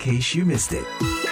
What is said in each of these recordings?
case you missed it.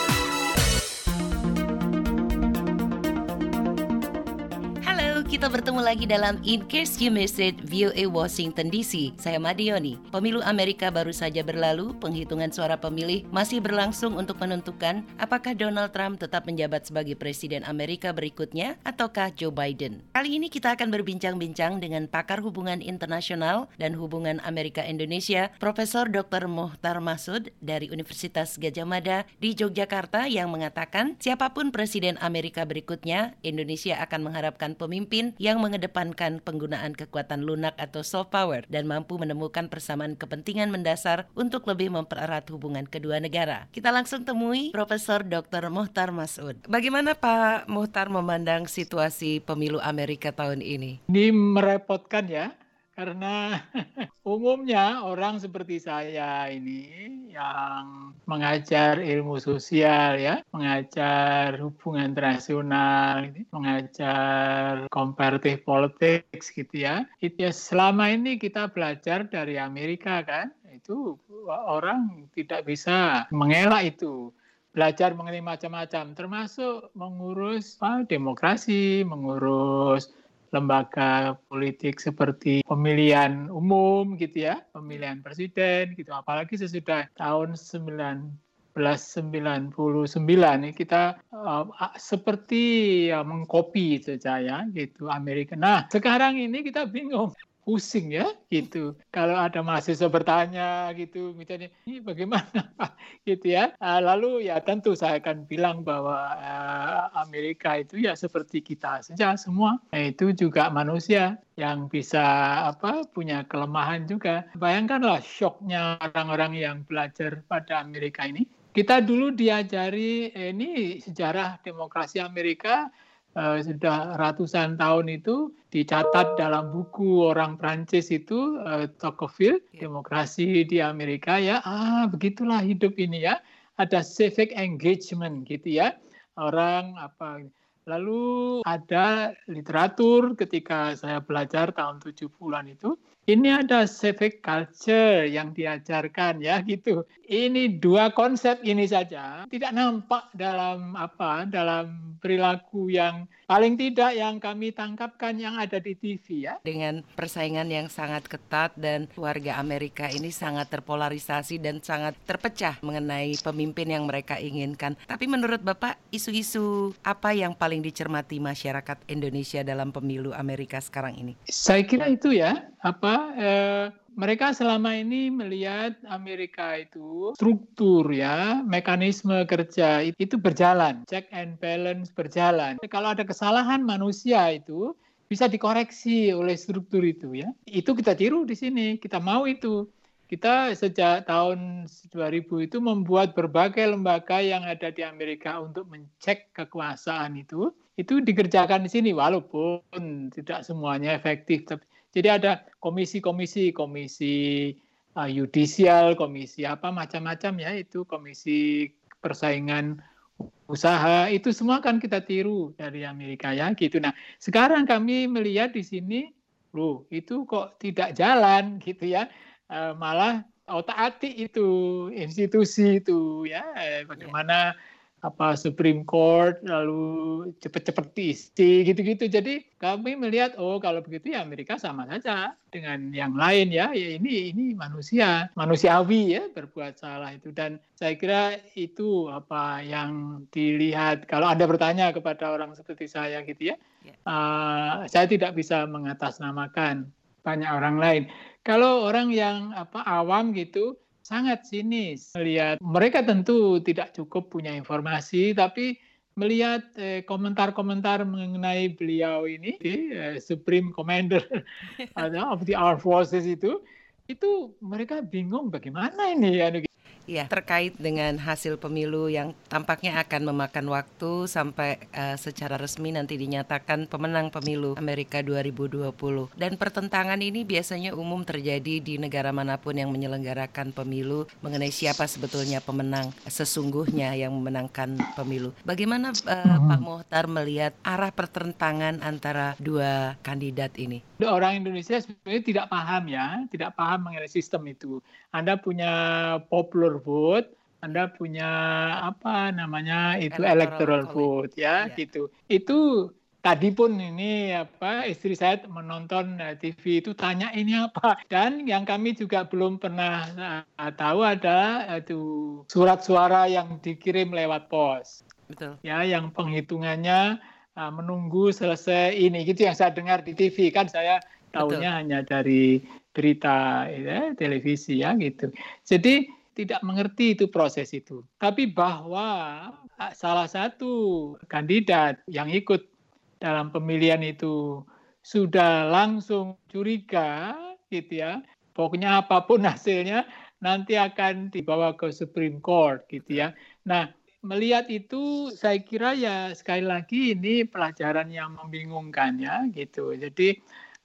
Kita bertemu lagi dalam In Case You Missed It, VOA Washington DC. Saya Madioni. Pemilu Amerika baru saja berlalu, penghitungan suara pemilih masih berlangsung untuk menentukan apakah Donald Trump tetap menjabat sebagai Presiden Amerika berikutnya ataukah Joe Biden. Kali ini kita akan berbincang-bincang dengan pakar hubungan internasional dan hubungan Amerika Indonesia, Profesor Dr. Mohtar Masud dari Universitas Gadjah Mada di Yogyakarta yang mengatakan siapapun Presiden Amerika berikutnya, Indonesia akan mengharapkan pemimpin yang mengedepankan penggunaan kekuatan lunak atau soft power dan mampu menemukan persamaan kepentingan mendasar untuk lebih mempererat hubungan kedua negara. Kita langsung temui Profesor Dr. Mohtar Masud. Bagaimana Pak Mohtar memandang situasi pemilu Amerika tahun ini? Ini merepotkan ya, karena umumnya orang seperti saya ini yang mengajar ilmu sosial ya, mengajar hubungan internasional, mengajar comparative politics gitu ya. Itu ya selama ini kita belajar dari Amerika kan, itu orang tidak bisa mengelak itu. Belajar mengenai macam-macam, termasuk mengurus demokrasi, mengurus lembaga politik seperti pemilihan umum gitu ya, pemilihan presiden gitu. Apalagi sesudah tahun 1999 ini kita seperti mengcopy saja ya gitu Amerika. Nah, sekarang ini kita bingung. Pusing ya gitu. Kalau ada mahasiswa bertanya gitu, misalnya ini bagaimana gitu ya. Lalu ya tentu saya akan bilang bahwa Amerika itu ya seperti kita saja semua. Itu juga manusia yang bisa punya kelemahan juga. Bayangkanlah syoknya orang-orang yang belajar pada Amerika ini. Kita dulu diajari ini sejarah demokrasi Amerika. Sudah ratusan tahun itu dicatat dalam buku orang Prancis itu Tocqueville, Demokrasi di Amerika ya. Begitulah hidup ini ya. Ada civic engagement gitu ya. Orang lalu ada literatur ketika saya belajar tahun 70-an itu. Ini ada civic culture yang diajarkan ya gitu. Ini dua konsep ini saja tidak nampak dalam dalam perilaku yang paling tidak yang kami tangkapkan yang ada di TV ya. Dengan persaingan yang sangat ketat dan warga Amerika ini sangat terpolarisasi dan sangat terpecah mengenai pemimpin yang mereka inginkan. Tapi menurut Bapak, isu-isu apa yang paling dicermati masyarakat Indonesia dalam pemilu Amerika sekarang ini? Saya kira itu ya, mereka selama ini melihat Amerika itu struktur ya, mekanisme kerja itu berjalan, check and balance berjalan. Kalau ada kesalahan manusia itu bisa dikoreksi oleh struktur itu ya. Itu kita tiru di sini, kita mau itu. Kita sejak tahun 2000 itu membuat berbagai lembaga yang ada di Amerika untuk mencek kekuasaan itu dikerjakan di sini walaupun tidak semuanya efektif. Jadi ada komisi yudisial, komisi macam-macam ya, itu komisi persaingan usaha, itu semua kan kita tiru dari Amerika ya gitu. Nah, sekarang kami melihat di sini, itu kok tidak jalan gitu ya. Malah otak-atik itu institusi itu ya, bagaimana Supreme Court lalu cepat-cepat diisi gitu-gitu. Jadi kami melihat kalau begitu ya Amerika sama saja dengan yang lain ya. Ini manusiawi ya berbuat salah itu. Dan saya kira itu yang dilihat. Kalau Anda bertanya kepada orang seperti saya gitu ya, saya tidak bisa mengatasnamakan banyak orang lain. Kalau orang yang awam gitu sangat sinis melihat, mereka tentu tidak cukup punya informasi, tapi melihat komentar-komentar mengenai beliau ini, Supreme Commander of the Armed Forces itu mereka bingung bagaimana ini ya. Ya, terkait dengan hasil pemilu yang tampaknya akan memakan waktu sampai secara resmi nanti dinyatakan pemenang pemilu Amerika 2020. Dan pertentangan ini biasanya umum terjadi di negara manapun yang menyelenggarakan pemilu mengenai siapa sebetulnya pemenang sesungguhnya yang memenangkan pemilu. Bagaimana Pak Mohtar melihat arah pertentangan antara dua kandidat ini? Orang Indonesia sebenarnya tidak paham mengenai sistem itu. Anda punya popular vote, Anda punya apa namanya itu Electoral electoral College. vote ya Iya. gitu. Itu tadi pun ini apa istri saya menonton TV itu tanya ini apa, dan yang kami juga belum pernah tahu adalah itu surat suara yang dikirim lewat pos. Betul. Ya, yang penghitungannya menunggu selesai ini gitu yang saya dengar di TV, kan saya tahunya hanya dari berita ya, televisi ya gitu. Jadi tidak mengerti itu proses itu. Tapi bahwa salah satu kandidat yang ikut dalam pemilihan itu sudah langsung curiga gitu ya. Pokoknya apapun hasilnya nanti akan dibawa ke Supreme Court gitu ya. Nah, melihat itu saya kira ya sekali lagi ini pelajaran yang membingungkan ya gitu. Jadi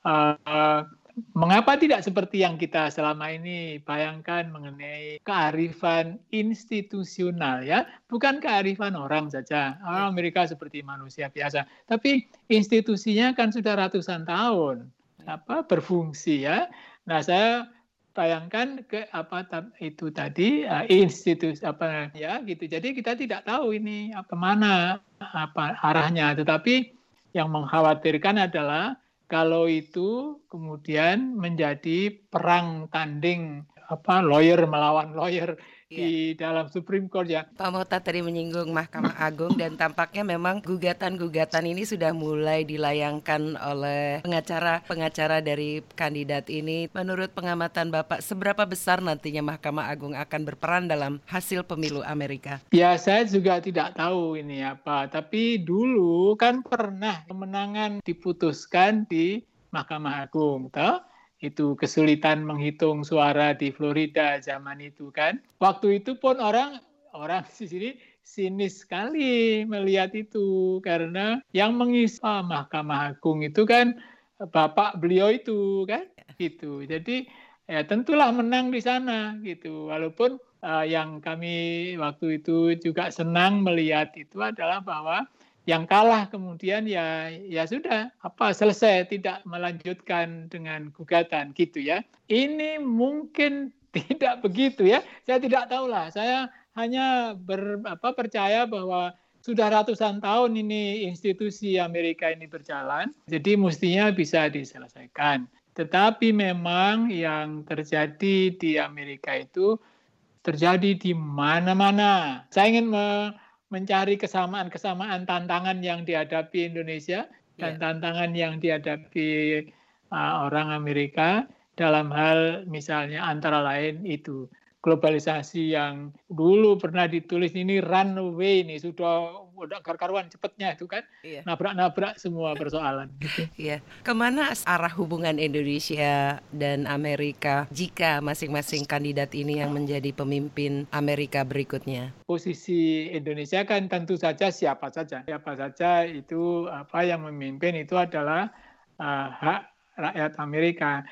mengapa tidak seperti yang kita selama ini bayangkan mengenai kearifan institusional ya, bukan kearifan orang saja. Amerika seperti manusia biasa, tapi institusinya kan sudah ratusan tahun berfungsi ya. Nah, saya bayangkan ke apa itu tadi institusi apa ya gitu. Jadi kita tidak tahu ini kemana apa arahnya, tetapi yang mengkhawatirkan adalah kalau itu kemudian menjadi perang tanding lawyer melawan lawyer di dalam Supreme Court ya. Pak Mokhtar tadi menyinggung Mahkamah Agung dan tampaknya memang gugatan-gugatan ini sudah mulai dilayangkan oleh pengacara dari kandidat ini. Menurut pengamatan Bapak, seberapa besar nantinya Mahkamah Agung akan berperan dalam hasil pemilu Amerika? Ya, saya juga tidak tahu ini apa, tapi dulu kan pernah kemenangan diputuskan di Mahkamah Agung, toh? Itu kesulitan menghitung suara di Florida zaman itu kan. Waktu itu pun orang di sini sinis sekali melihat itu, karena yang mengisi Mahkamah Agung itu kan bapak beliau itu kan gitu. Jadi ya tentulah menang di sana gitu. Walaupun yang kami waktu itu juga senang melihat itu adalah bahwa yang kalah kemudian ya sudah selesai, tidak melanjutkan dengan gugatan gitu ya. Ini mungkin tidak begitu ya. Saya tidak tahu lah. Saya hanya percaya bahwa sudah ratusan tahun ini institusi Amerika ini berjalan, jadi mestinya bisa diselesaikan. Tetapi memang yang terjadi di Amerika itu terjadi di mana-mana. Saya ingin mencari kesamaan tantangan yang dihadapi Indonesia dan tantangan yang dihadapi orang Amerika dalam hal misalnya antara lain itu globalisasi yang dulu pernah ditulis ini runaway, ini sudah karuan cepatnya itu kan, nabrak-nabrak semua persoalan. Gitu. Iya. Kemana arah hubungan Indonesia dan Amerika jika masing-masing kandidat ini yang menjadi pemimpin Amerika berikutnya? Posisi Indonesia kan tentu saja siapa saja itu yang memimpin itu adalah hak rakyat Amerika.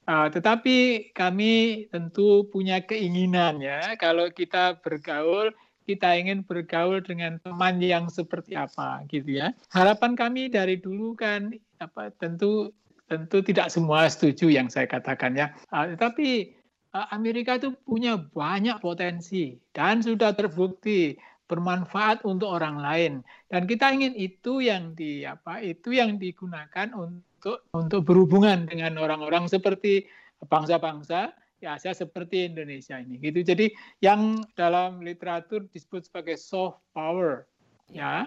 Tetapi kami tentu punya keinginan ya, kalau kita bergaul, kita ingin bergaul dengan teman yang seperti apa gitu ya. Harapan kami dari dulu kan tentu tidak semua setuju yang saya katakan ya. Tetapi Amerika itu punya banyak potensi dan sudah terbukti bermanfaat untuk orang lain, dan kita ingin itu yang digunakan untuk berhubungan dengan orang-orang seperti bangsa-bangsa ya Asia seperti Indonesia ini gitu. Jadi yang dalam literatur disebut sebagai soft power ya,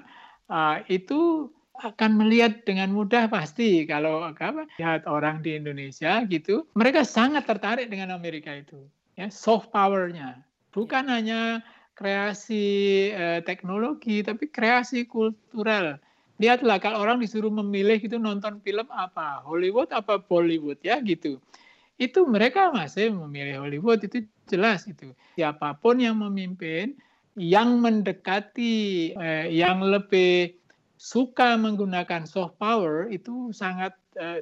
itu akan melihat dengan mudah pasti kalau lihat orang di Indonesia gitu, mereka sangat tertarik dengan Amerika itu ya, soft power-nya bukan hanya kreasi teknologi tapi kreasi kultural. Lihatlah kalau orang disuruh memilih gitu, nonton film apa, Hollywood apa Bollywood ya gitu. Itu mereka masih memilih Hollywood, itu jelas itu. Siapapun yang memimpin, yang mendekati, yang lebih suka menggunakan soft power itu sangat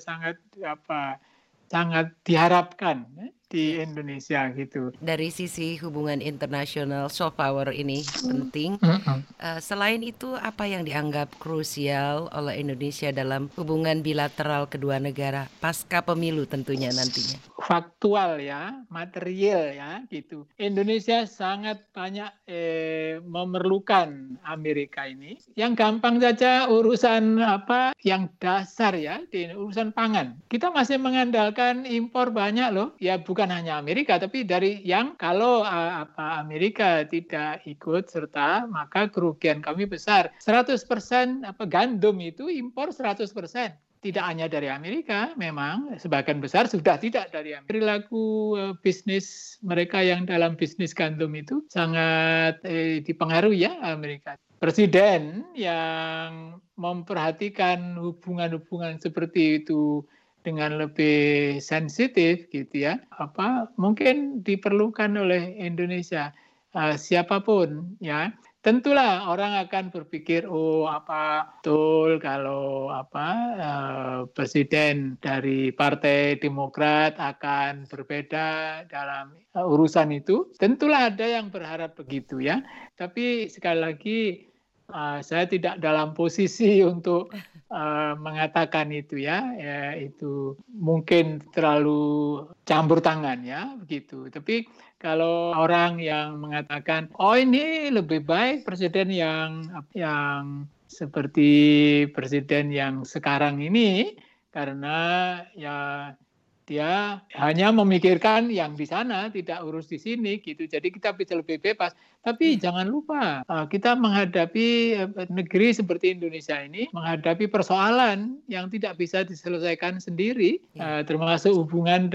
diharapkan di Indonesia gitu. Dari sisi hubungan internasional, soft power ini penting. Selain itu, apa yang dianggap krusial oleh Indonesia dalam hubungan bilateral kedua negara pasca pemilu tentunya nantinya? faktual ya, material ya gitu. Indonesia sangat banyak memerlukan Amerika ini. Yang gampang saja urusan yang dasar ya, di urusan pangan. Kita masih mengandalkan impor banyak loh. Ya bukan hanya Amerika, tapi dari yang kalau Amerika tidak ikut serta, maka kerugian kami besar. 100% gandum itu impor 100%. Tidak hanya dari Amerika, memang sebagian besar sudah tidak dari Amerika. Perilaku bisnis mereka yang dalam bisnis gandum itu sangat dipengaruhi ya Amerika. Presiden yang memperhatikan hubungan-hubungan seperti itu dengan lebih sensitif gitu ya, mungkin diperlukan oleh Indonesia. Siapapun ya. Tentulah orang akan berpikir, betul kalau presiden dari Partai Demokrat akan berbeda dalam urusan itu. Tentulah ada yang berharap begitu ya. Tapi sekali lagi saya tidak dalam posisi untuk mengatakan itu ya. Itu mungkin terlalu campur tangan ya begitu. Tapi kalau orang yang mengatakan, ini lebih baik presiden yang seperti presiden yang sekarang ini, karena ya dia hanya memikirkan yang di sana, tidak urus di sini gitu. Jadi kita bisa lebih bebas. Tapi jangan lupa, kita menghadapi negeri seperti Indonesia ini, menghadapi persoalan yang tidak bisa diselesaikan sendiri, termasuk hubungan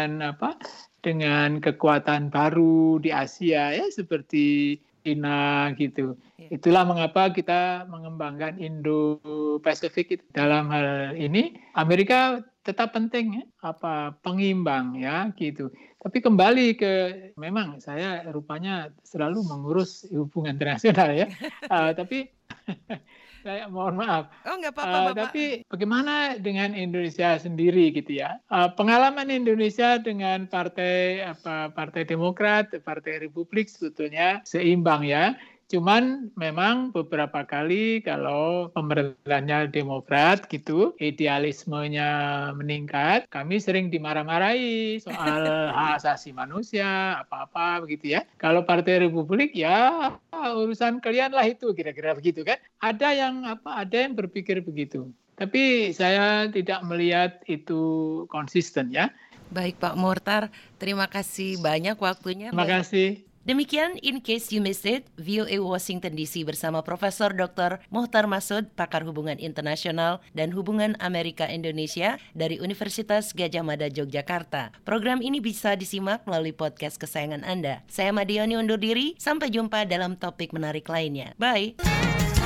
dengan kekuatan baru di Asia ya seperti China gitu. Itulah mengapa kita mengembangkan Indo-Pasifik. Dalam hal ini Amerika tetap penting ya, pengimbang ya gitu. Tapi kembali ke memang saya rupanya selalu mengurus hubungan internasional ya. Tapi saya mohon maaf. Nggak apa-apa, Bapak. Tapi bagaimana dengan Indonesia sendiri gitu ya? Pengalaman Indonesia dengan Partai Demokrat, Partai Republik sebetulnya seimbang ya. Cuman memang beberapa kali kalau pemerintahnya Demokrat gitu, idealismenya meningkat, kami sering dimarah-marahi soal hak asasi manusia, apa-apa begitu ya. Kalau Partai Republik ya urusan kalian lah itu, kira-kira begitu kan. Ada yang berpikir begitu. Tapi saya tidak melihat itu konsisten ya. Baik Pak Mohtar, terima kasih banyak waktunya. Terima kasih. Demikian In Case You Missed It, VOA Washington DC bersama Profesor Dr. Mohtar Masud, pakar hubungan internasional dan hubungan Amerika Indonesia dari Universitas Gadjah Mada Yogyakarta. Program ini bisa disimak melalui podcast kesayangan Anda. Saya Madioni undur diri, sampai jumpa dalam topik menarik lainnya. Bye!